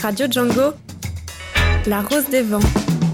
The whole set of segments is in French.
Radio Django, la rose des vents.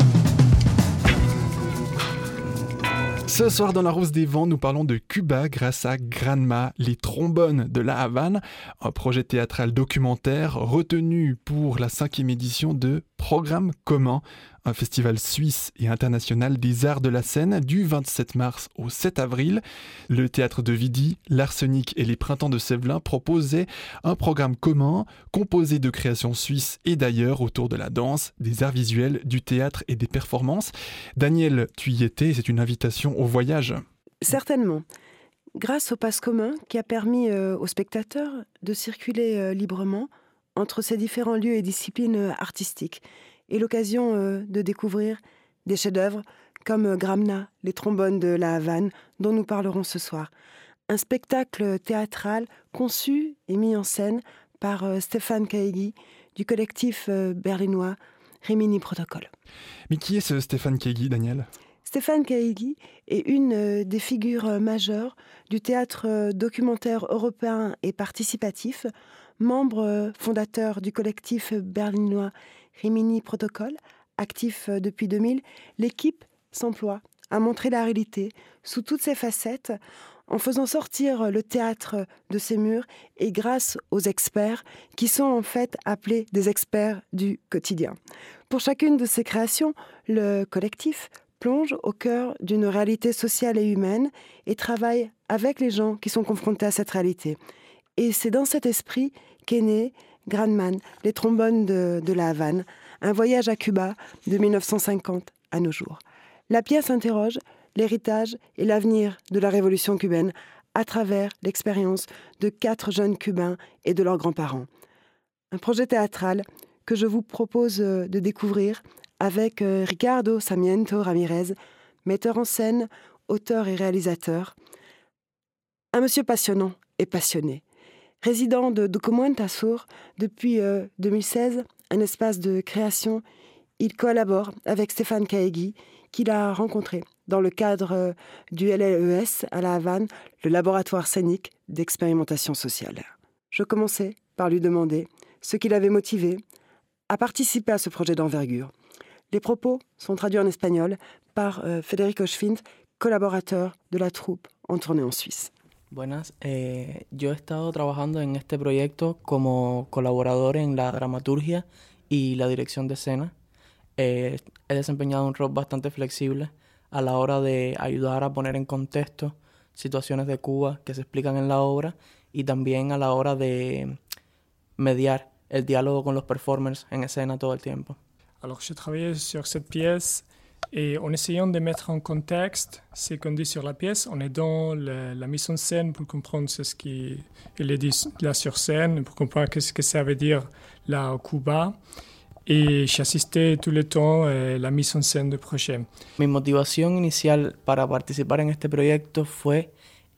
Ce soir dans la Rose des Vents, nous parlons de Cuba grâce à Granma, les trombones de La Havane, un projet théâtral documentaire retenu pour la 5e édition de Programme commun, un festival suisse et international des arts de la scène du 27 mars au 7 avril. Le théâtre de Vidi, l'Arsenic et les Printemps de Sévelin proposaient un programme commun composé de créations suisses et d'ailleurs autour de la danse, des arts visuels, du théâtre et des performances. Daniel, tu y étais, c'est une invitation au voyage. Certainement. Grâce au pass commun qui a permis aux spectateurs de circuler librement entre ces différents lieux et disciplines artistiques, et l'occasion de découvrir des chefs-d'œuvre comme Gramna, les trombones de La Havane, dont nous parlerons ce soir. Un spectacle théâtral conçu et mis en scène par Stéphane Kahegi du collectif berlinois Rimini Protocol. Mais qui est ce Stéphane Kahegi, Daniel ? Stéphane Kahegi est une des figures majeures du théâtre documentaire européen et participatif, membre fondateur du collectif berlinois Rimini Protocol, actif depuis 2000. L'équipe s'emploie à montrer la réalité sous toutes ses facettes en faisant sortir le théâtre de ses murs et grâce aux experts qui sont en fait appelés des experts du quotidien. Pour chacune de ces créations, le collectif plonge au cœur d'une réalité sociale et humaine et travaille avec les gens qui sont confrontés à cette réalité. Et c'est dans cet esprit qu'est né Granma, les trombones de La Havane, un voyage à Cuba de 1950 à nos jours. La pièce interroge l'héritage et l'avenir de la révolution cubaine à travers l'expérience de 4 jeunes Cubains et de leurs grands-parents. Un projet théâtral que je vous propose de découvrir avec Ricardo Sarmiento Ramirez, metteur en scène, auteur et réalisateur. Un monsieur passionnant et passionné. Résident de Documenta Sur depuis 2016, un espace de création, il collabore avec Stéphane Kahegi, qu'il a rencontré dans le cadre du LLES à La Havane, le laboratoire scénique d'expérimentation sociale. Je commençais par lui demander ce qui l'avait motivé à participer à ce projet d'envergure. Les propos sont traduits en espagnol par Federico Schwind, collaborateur de la troupe en tournée en Suisse. Buenas, yo he estado trabajando en este proyecto como colaborador en la dramaturgia y la dirección de escena. He desempeñado un rol bastante flexible a la hora de ayudar a poner en contexto situaciones de Cuba que se explican en la obra y también a la hora de mediar el diálogo con los performers en escena todo el tiempo. Alors, je travaillais sur cette pièce et en essayant de mettre en contexte ce qu'on dit sur la pièce, en aidant la mise en scène pour comprendre ce qu'il est dit là sur scène, pour comprendre ce que ça veut dire là au Cuba. Et j'assistais tout le temps à la mise en scène du projet. Mi motivación inicial para participar en este proyecto fue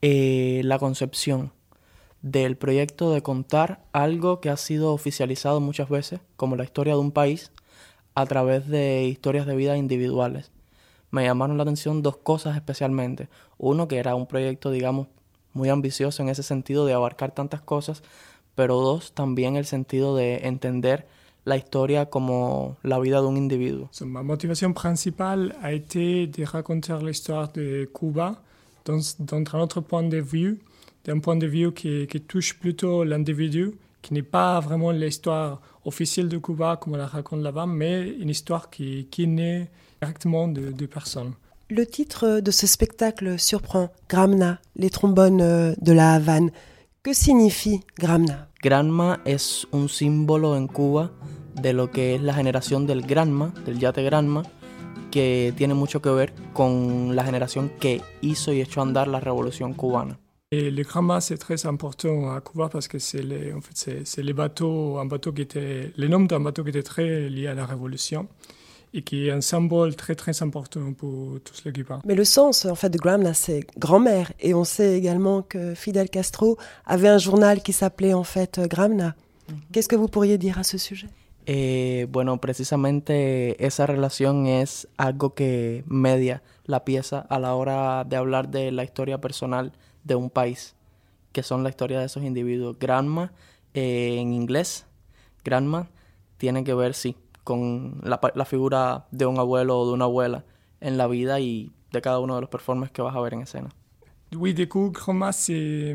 la concepción del proyecto de contar algo que ha sido oficializado muchas veces, como la historia de un país, a través de historias de vida individuales. Me llamaron la atención 2 cosas especialmente. Uno, que era un proyecto, digamos, muy ambicioso en ese sentido de abarcar tantas cosas, pero 2, también el sentido de entender la historia como la vida de un individuo. Ma motivation principale a été de raconter l'histoire de Cuba d'un autre point de vue, d'un point de vue qui touche plutôt l'individu, qui n'est pas vraiment l'histoire officielle de Cuba comme on la raconte là-bas, mais une histoire qui naît directement de personnes. Le titre de ce spectacle surprend, Gramna, les trombones de La Havane. Que signifie Gramna? Granma es un símbolo en Cuba de lo que es la generación del Granma, del yate Granma, que tiene mucho que ver con la generación que hizo y echó a andar la revolución cubana. Et le Granma, c'est très important à Cuba parce que c'est les bateaux, le nom d'un bateau qui était très lié à la révolution et qui est un symbole très très important pour tous les Cubains. Mais le sens en fait de Gramna, c'est grand-mère, et on sait également que Fidel Castro avait un journal qui s'appelait en fait Gramna. Qu'est-ce que vous pourriez dire à ce sujet? Bueno, precisamente esa relación es algo que media la pieza a la hora de hablar de la historia personal de un país, que son la historia de esos individuos. Granma, en inglés, Granma tiene que ver, sí, con la figura de un abuelo o de una abuela en la vida y de cada uno de los performers que vas a ver en escena. Oui, du coup, Chroma, c'est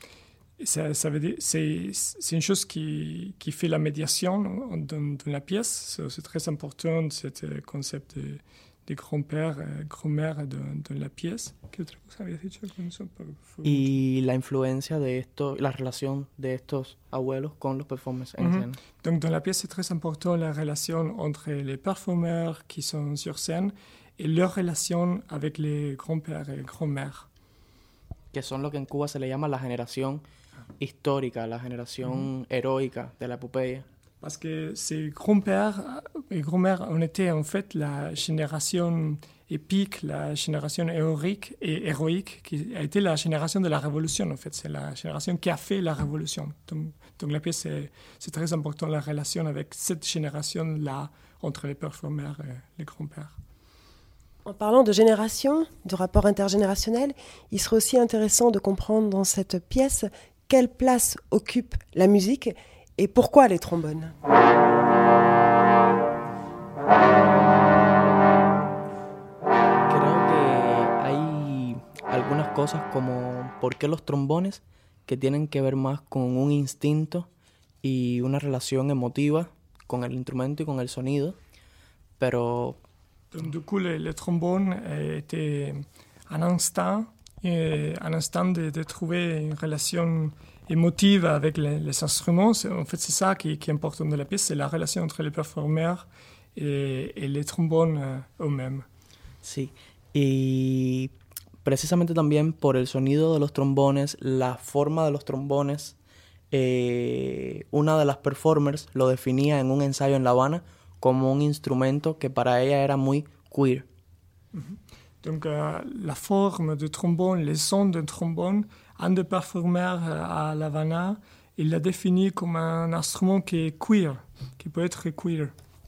une chose qui fait la médiation dans la pièce. C'est très important, ce concept de grand-père, grand-mère dans la pièce. ¿Qué otra cosa habías dicho con eso? Y la influencia de esto, la relación de estos abuelos con los performers en escena. Donc, dans la pièce, c'est très important la relation entre les performeurs qui sont sur scène et leur relation avec les grands-pères et grand-mères. Que son lo que en Cuba se le llama la generación histórica, la generación heroica de la epopeya. Parce que ces grands-pères et grand-mères ont été en fait la génération épique, la génération héroïque qui a été la génération de la révolution en fait. C'est la génération qui a fait la révolution. Donc la pièce, c'est très important la relation avec cette génération-là entre les performeurs et les grands-pères. En parlant de génération, de rapport intergénérationnel, il serait aussi intéressant de comprendre dans cette pièce quelle place occupe la musique et pourquoi les trombones. Creo que hay algunas cosas como por qué los trombones que tienen que ver más con un instinto y una relación emotiva con el instrumento y con el sonido, pero Donc, du coup, le trombone était un instinct de trouver une relation émotive avec les instruments. En fait, c'est ça qui est important de la pièce, c'est la relation entre les performeurs et les trombones eux-mêmes. Sí, y precisamente también por el sonido de los trombones, la forma de los trombones, una de las performers lo definía en un ensayo en La Habana como un instrumento que para ella era muy queer. Donc la forme du trombone, les sons d'un trombone, un des performeurs à La Habana, il l'a défini comme un instrument qui est queer, qui peut être queer.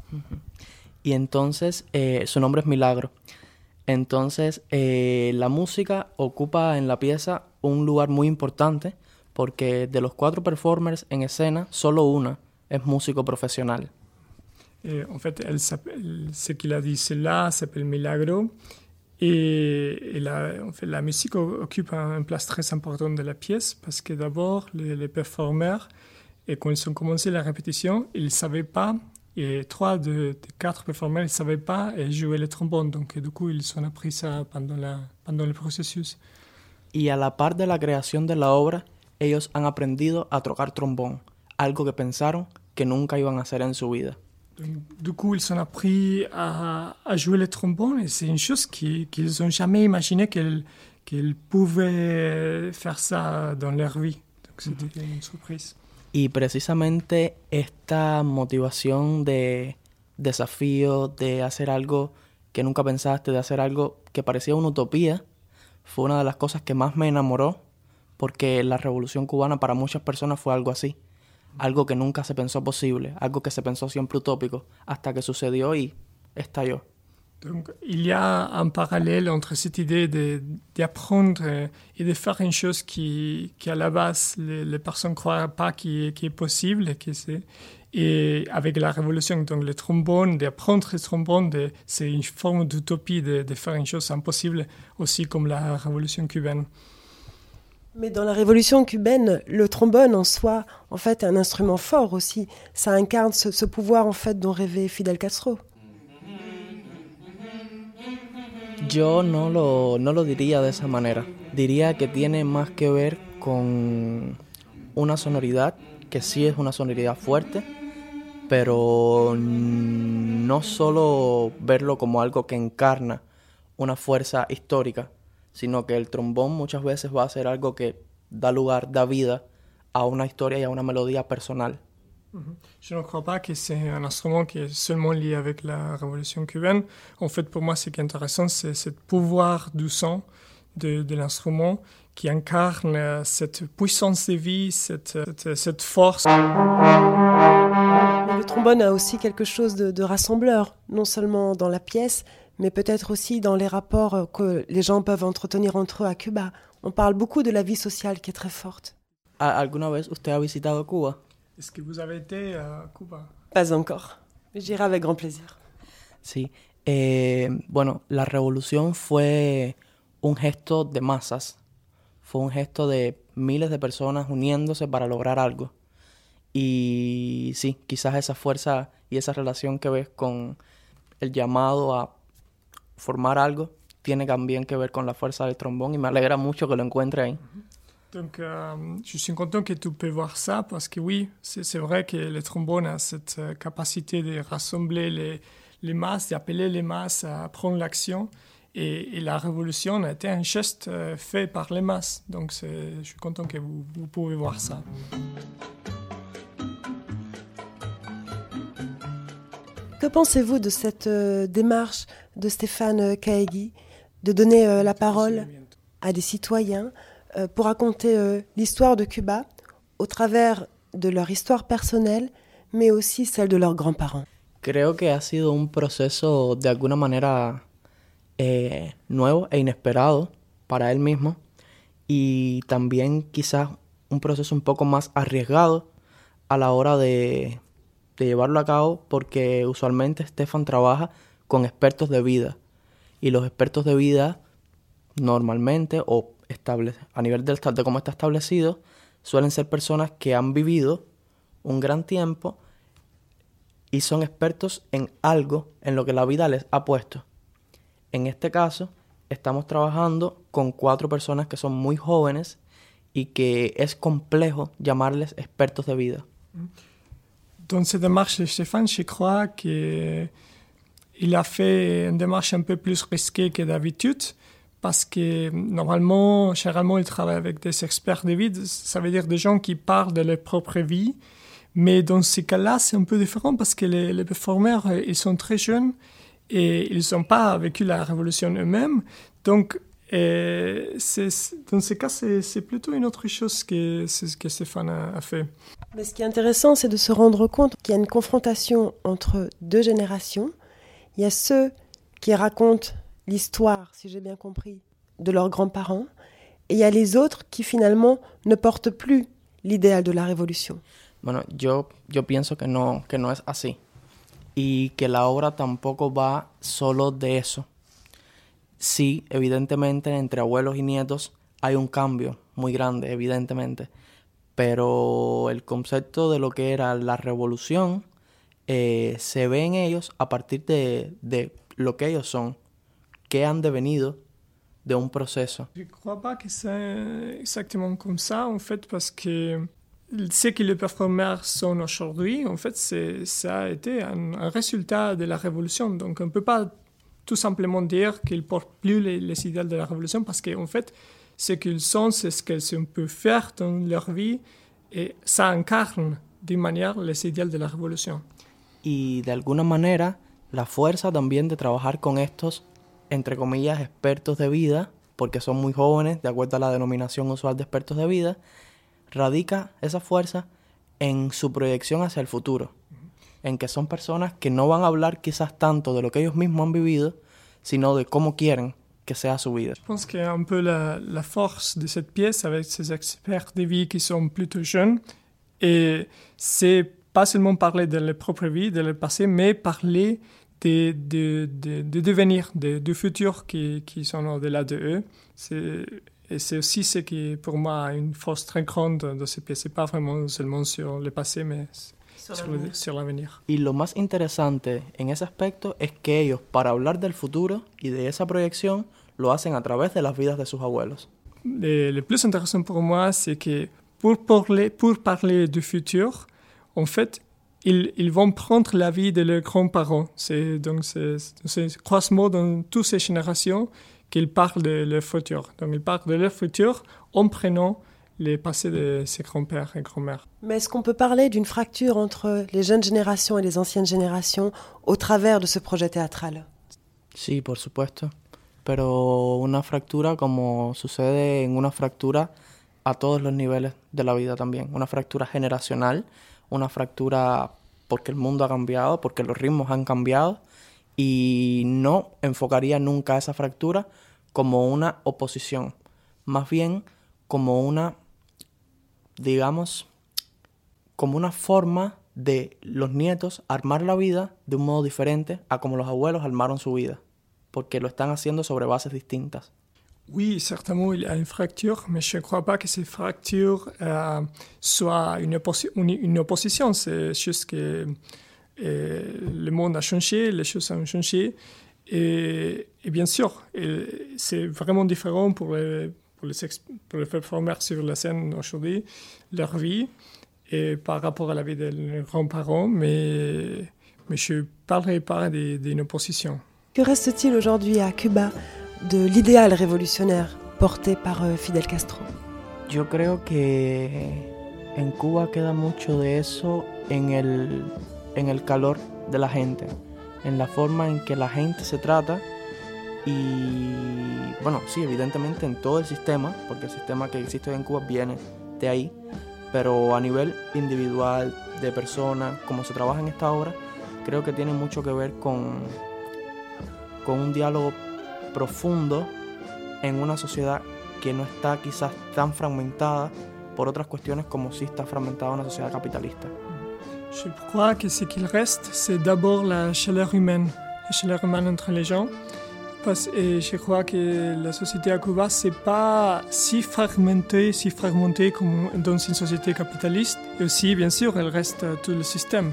Y entonces, su nombre es Milagro. Entonces, la música ocupa en la pieza un lugar muy importante porque de los 4 performers en escena, solo una es músico profesional. En fait, ce qu'il a dit, celle-là s'appelle Milagro. Et la musique occupe une place très importante de la pièce parce que d'abord, les performeurs, et quand ils ont commencé la répétition, ils ne savaient pas, et 3 des 4 performeurs, ils ne savaient pas jouer le trombone. Donc, du coup, ils ont appris ça pendant le processus. Y a la par de la creación de la obra, ellos han aprendido a tocar trombón, algo que pensaron que nunca iban a hacer en su vida. Donc, du coup, ils ont appris à jouer le trombone et c'est une chose qu'ils n'ont jamais imaginé qu'ils pouvaient faire ça dans leur vie. Donc, c'était une surprise. Y precisamente esta motivación de desafío, de hacer algo que nunca pensaste, de hacer algo que parecía una utopía, fue una de las cosas que más me enamoró porque la Revolución Cubana para muchas personas fue algo así. Algo que nunca se pensó posible, algo que se pensó siempre utópico, hasta que sucedió y estalló. Donc, il y a un parallèle entre cette idée d'apprendre et de faire une chose qui à la base, les personnes ne croient pas qui est possible, et avec la révolution. Donc, le trombone, d'apprendre le trombone, c'est une forme d'utopie de faire une chose impossible, aussi comme la révolution cubaine. Mais dans la révolution cubaine, le trombone en soi, en fait, est un instrument fort aussi. Ça incarne ce pouvoir, en fait, dont rêvait Fidel Castro. Yo no lo diría de esa manera. Diría que tiene más que ver con una sonoridad, que sí es una sonoridad fuerte, pero no solo verlo como algo que encarna una fuerza histórica, sino que el trombón muchas veces va a ser algo que da lugar, da vida a una historia y a una melodía personal. Je ne crois pas que c'est un instrument qui est seulement lié avec la révolution cubaine. En fait, pour moi, ce qui est intéressant, c'est ce pouvoir du son de l'instrument qui incarne cette puissance de vie, cette force. Mais le trombone a aussi quelque chose de rassembleur, non seulement dans la pièce, mais peut-être aussi dans les rapports que les gens peuvent entretenir entre eux à Cuba. On parle beaucoup de la vie sociale qui est très forte. ¿Alguna vez usted ha visitado Cuba? Est-ce que vous avez été à Cuba? Pas encore. J'irai avec grand plaisir. Sí. Bueno, la revolución fue un gesto de masas. Fue un gesto de miles de personas uniéndose para lograr algo. Y sí, quizás esa fuerza y esa relación que ves con el llamado a formar algo tiene también que ver con la fuerza del trombón y me alegra mucho que lo encuentre ahí. Donc, je suis content que tu peux voir ça parce que oui, c'est vrai que le trombone a cette capacité de rassembler les masses, d'appeler les masses à prendre l'action. Et la révolution a été un geste fait par les masses. Donc, je suis content que vous pouvez voir ça. Que pensez-vous de cette démarche de Stéphane Kahegi de donner la parole à des citoyens pour raconter l'histoire de Cuba au travers de leur histoire personnelle, mais aussi celle de leurs grands-parents? Creo que ha sido un proceso de alguna manera nuevo e inesperado para él mismo y también quizás un proceso un poco más arriesgado a la hora de llevarlo a cabo porque usualmente Stefan trabaja con expertos de vida y los expertos de vida normalmente o a nivel de cómo está establecido suelen ser personas que han vivido un gran tiempo y son expertos en algo en lo que la vida les ha puesto. En este caso, estamos trabajando con 4 personas que son muy jóvenes y que es complejo llamarles expertos de vida. Dans cette démarche de Stéphane, je crois qu'il a fait une démarche un peu plus risquée que d'habitude parce que généralement, il travaille avec des experts de vie, ça veut dire des gens qui parlent de leur propre vie. Mais dans ces cas-là, c'est un peu différent parce que les performeurs, ils sont très jeunes et ils n'ont pas vécu la révolution eux-mêmes. Donc, dans ces cas, c'est plutôt une autre chose que ce que Stéphane a fait. Mais ce qui est intéressant, c'est de se rendre compte qu'il y a une confrontation entre 2 générations. Il y a ceux qui racontent l'histoire, si j'ai bien compris, de leurs grands-parents. Et il y a les autres qui finalement ne portent plus l'idéal de la révolution. Bueno, yo pienso que no es así y que la obra tampoco va solo de eso. Sí, evidentemente entre abuelos y nietos hay un cambio muy grande, evidentemente, pero el concepto de lo que era la revolución se ve en ellos a partir de lo que ellos son, que han devenido de un proceso. Je ne crois pas que c'est exactement comme ça, en fait, parce que ce que les performeurs sont aujourd'hui, en fait, ça a été un résultat de la révolution. Donc, on ne peut pas tout simplement dire qu'ils ne portent plus les idéaux de la révolution parce qu'en fait, ce qu'ils sont, c'est ce qu'ils peuvent faire dans leur vie et ça incarne d'une manière les idéaux de la révolution. Y de alguna manera, la fuerza también de trabajar con estos, entre comillas, expertos de vida, porque son muy jóvenes, de acuerdo a la denominación usual de expertos de vida, radica esa fuerza en su proyección hacia el futuro, en que son personas que no van a hablar quizás tanto de lo que ellos mismos han vivido, sino de cómo quieren que sea su vida. Je pense qu'il y a un peu la force de cette pièce avec ces experts de vie qui sont plutôt jeunes, et c'est pas seulement parler de leur propre vie, de leur passé, mais parler de devenir, du futur qui sont au-delà de eux. Et c'est aussi ce qui, pour moi, a une force très grande de ces pièces. C'est pas vraiment seulement sur le passé, mais sur l'avenir. Y lo más interesante en ese aspecto es que ellos, para hablar del futuro y de esa proyección, lo hacen a través de las vidas de sus abuelos. Le plus intéressant pour moi, c'est que pour parler du futur, en fait, ils vont prendre la vie de leurs grands-parents. C'est croisement dans toutes ces générations qu'ils parlent de leur futur. Donc, ils parlent de leur futur en prenant les passés de ses grands-pères et grand-mères. Mais est-ce qu'on peut parler d'une fracture entre les jeunes générations et les anciennes générations au travers de ce projet théâtral? Sí, por supuesto. Pero una fractura como sucede en una fractura a todos los niveles de la vida también. Una fractura generacional, una fractura porque el mundo ha cambiado, porque los ritmos han cambiado, y no enfocaría nunca esa fractura como una oposición, más bien como una, digamos, como una forma de los nietos armar la vida de un modo diferente a como los abuelos armaron su vida, porque lo están haciendo sobre bases distintas. Oui, certainement, il y a une fracture, mais je ne crois pas que cette fracture soit une opposition. C'est juste que le monde a changé, les choses ont changé. Et bien sûr, c'est vraiment différent pour les performeurs sur la scène aujourd'hui, leur vie, et par rapport à la vie de leurs grands-parents, mais je ne parlerai pas d'une opposition. Que reste-t-il aujourd'hui à Cuba de l'idéal révolutionnaire porté par Fidel Castro? Yo creo que en Cuba queda mucho de eso en el calor de la gente, en la forma en que la gente se trata y, bueno, sí, evidentemente en todo el sistema, porque el sistema que existe hoy en Cuba viene de ahí, pero a nivel individual, de persona, como se trabaja en esta obra, creo que tiene mucho que ver con un diálogo profundo en una sociedad que no está quizás tan fragmentada por otras cuestiones como sí está fragmentada una sociedad capitalista. Je crois que ce qu'il reste, c'est d'abord la chaleur humaine entre les gens. Et je crois que la société à Cuba, c'est pas si fragmentée comme dans une société capitaliste. Et aussi, bien sûr, elle reste tout le système.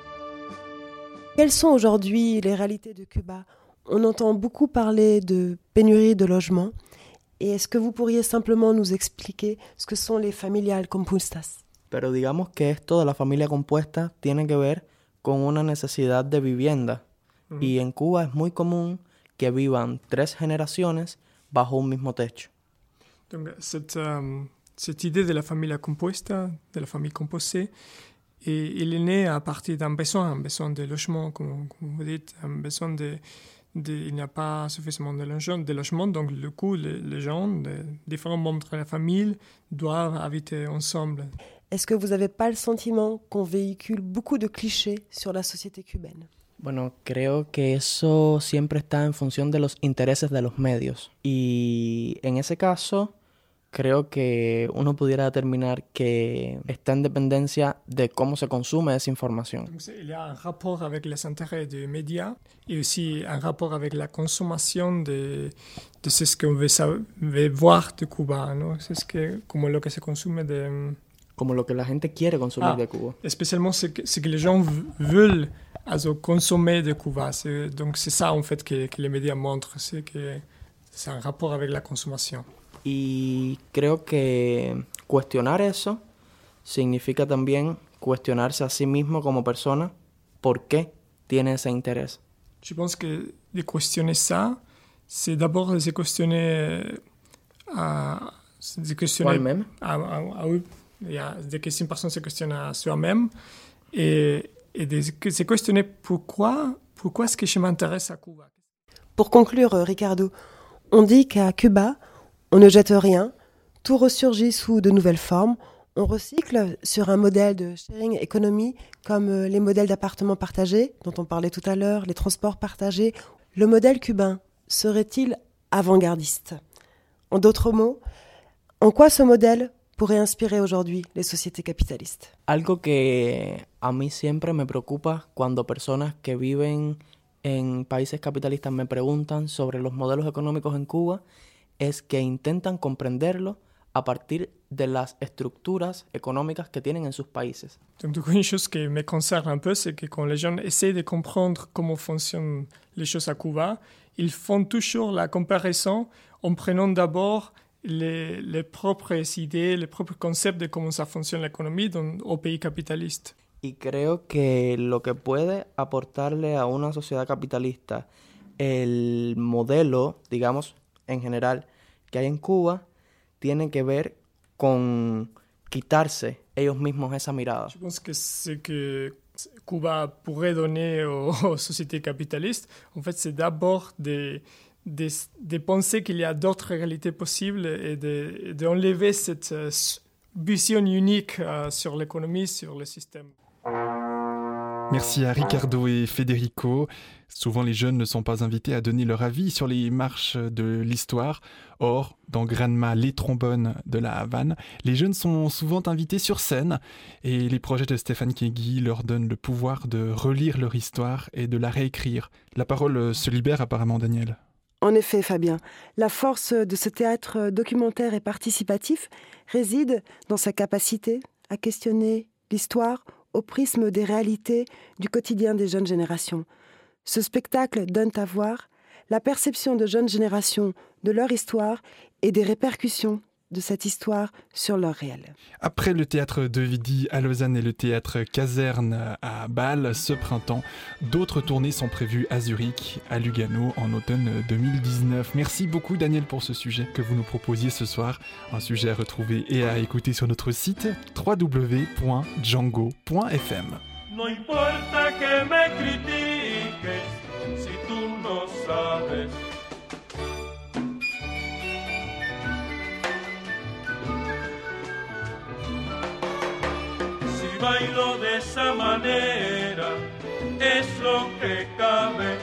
Quelles sont aujourd'hui les réalités de Cuba? On entend beaucoup parler de pénurie de logements. Et est-ce que vous pourriez simplement nous expliquer ce que sont les familias compuestas? Pero digamos que esto de la familia compuesta tiene que ver con una necesidad de vivienda. Y en Cuba es muy común que vivan 3 generaciones bajo un mismo techo. Donc, cette idée de la familia compuesta, de la famille composée, il est né à partir d'un besoin de logement, comme vous dites, un besoin il n'y a pas suffisamment de logement, donc du coup, les gens, les différents membres de la famille doivent habiter ensemble. Est-ce que vous n'avez pas le sentiment qu'on véhicule beaucoup de clichés sur la société cubaine? Bueno, creo que eso siempre está en función de los intereses de los medios. Y en ese caso, creo que uno pudiera determinar que está en dependencia de cómo se consume esa información. Donc, il y a un rapport avec les intérêts des médias et aussi un rapport avec la consommation de ce qu'on veut voir de Cuba, ¿no? Como lo que se consume de... Como lo que la gente quiere consumir de Cuba. Spécialement ce que les gens veulent consommer de Cuba. Donc c'est ça en fait que les médias montrent, c'est un rapport avec la consommation. Y creo que cuestionar eso significa también cuestionarse a sí mismo como persona por qué tiene ese interés. Je pense que de questionner ça, c'est d'abord de se questionner Soi-même. De que une personne se questionne à soi-même et de se questionner pourquoi est-ce que je m'intéresse à Cuba. Pour conclure, Ricardo, on dit qu'à Cuba, on ne jette rien, tout ressurgit sous de nouvelles formes, on recycle sur un modèle de sharing economy comme les modèles d'appartements partagés dont on parlait tout à l'heure, les transports partagés. Le modèle cubain serait-il avant-gardiste? En d'autres mots, en quoi ce modèle pourrait inspirer aujourd'hui les sociétés capitalistes? Algo que a mí siempre me preocupa cuando personas que viven en países capitalistas me preguntan sobre los modelos económicos en Cuba es que intentan comprenderlo a partir de las estructuras económicas que tienen en sus países. Donc, une chose qui me concerne un peu, c'est que quand les gens essaient de comprendre comment fonctionnent les choses à Cuba, ils font toujours la comparaison en prenant d'abord les propres idées, les propres concepts de comment ça fonctionne l'économie au pays capitaliste. Y creo que lo que puede aportarle a una sociedad capitalista el modelo, digamos, en general, que hay en Cuba, tiene que ver con quitarse ellos mismos esa mirada. Je pense que ce que Cuba pourrait donner aux sociétés capitalistes, en fait, c'est d'abord de penser qu'il y a d'autres réalités possibles et d'enlever cette vision unique sur l'économie, sur le système. Merci à Ricardo et Federico. Souvent, les jeunes ne sont pas invités à donner leur avis sur les marches de l'histoire. Or, dans Granma, les trombones de la Havane, les jeunes sont souvent invités sur scène et les projets de Stéphane Keagui leur donnent le pouvoir de relire leur histoire et de la réécrire. La parole se libère apparemment, Daniel. En effet, Fabien, la force de ce théâtre documentaire et participatif réside dans sa capacité à questionner l'histoire au prisme des réalités du quotidien des jeunes générations. Ce spectacle donne à voir la perception de jeunes générations de leur histoire et des répercussions de cette histoire sur leur réel. Après le théâtre de Vidi à Lausanne et le théâtre Caserne à Bâle ce printemps, d'autres tournées sont prévues à Zurich, à Lugano en automne 2019. Merci beaucoup Daniel pour ce sujet que vous nous proposiez ce soir. Un sujet à retrouver et à écouter sur notre site www.django.fm. No importa que me critiques si tú no sabes. Si bailo de esa manera es lo que cabe.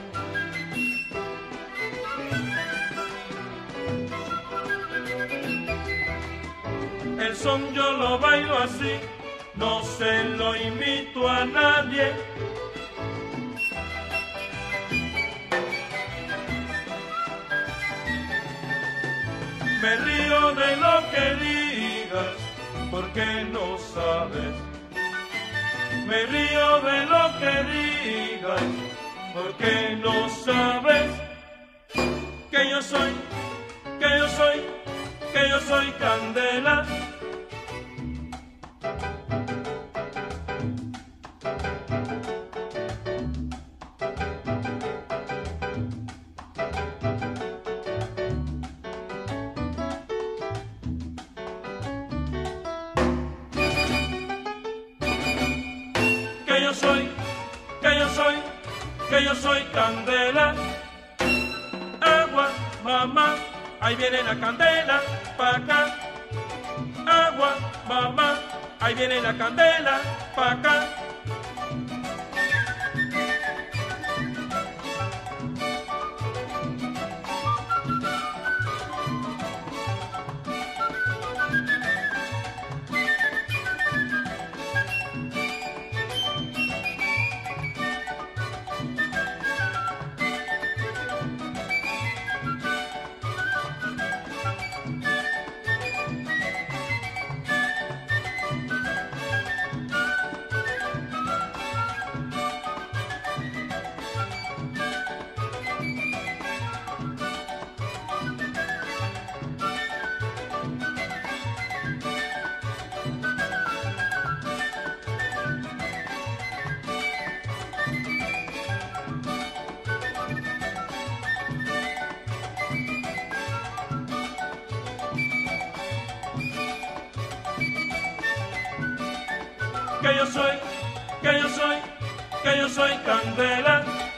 El son yo lo bailo así. No se lo invito a nadie. Me río de lo que digas, porque no sabes. Me río de lo que digas, porque no sabes. Que yo soy, que yo soy, que yo soy candela. Que yo soy candela, agua, mamá, ahí viene la candela, pa' acá. Agua, mamá, ahí viene la candela, pa' acá. Que yo soy, que yo soy, que yo soy candela.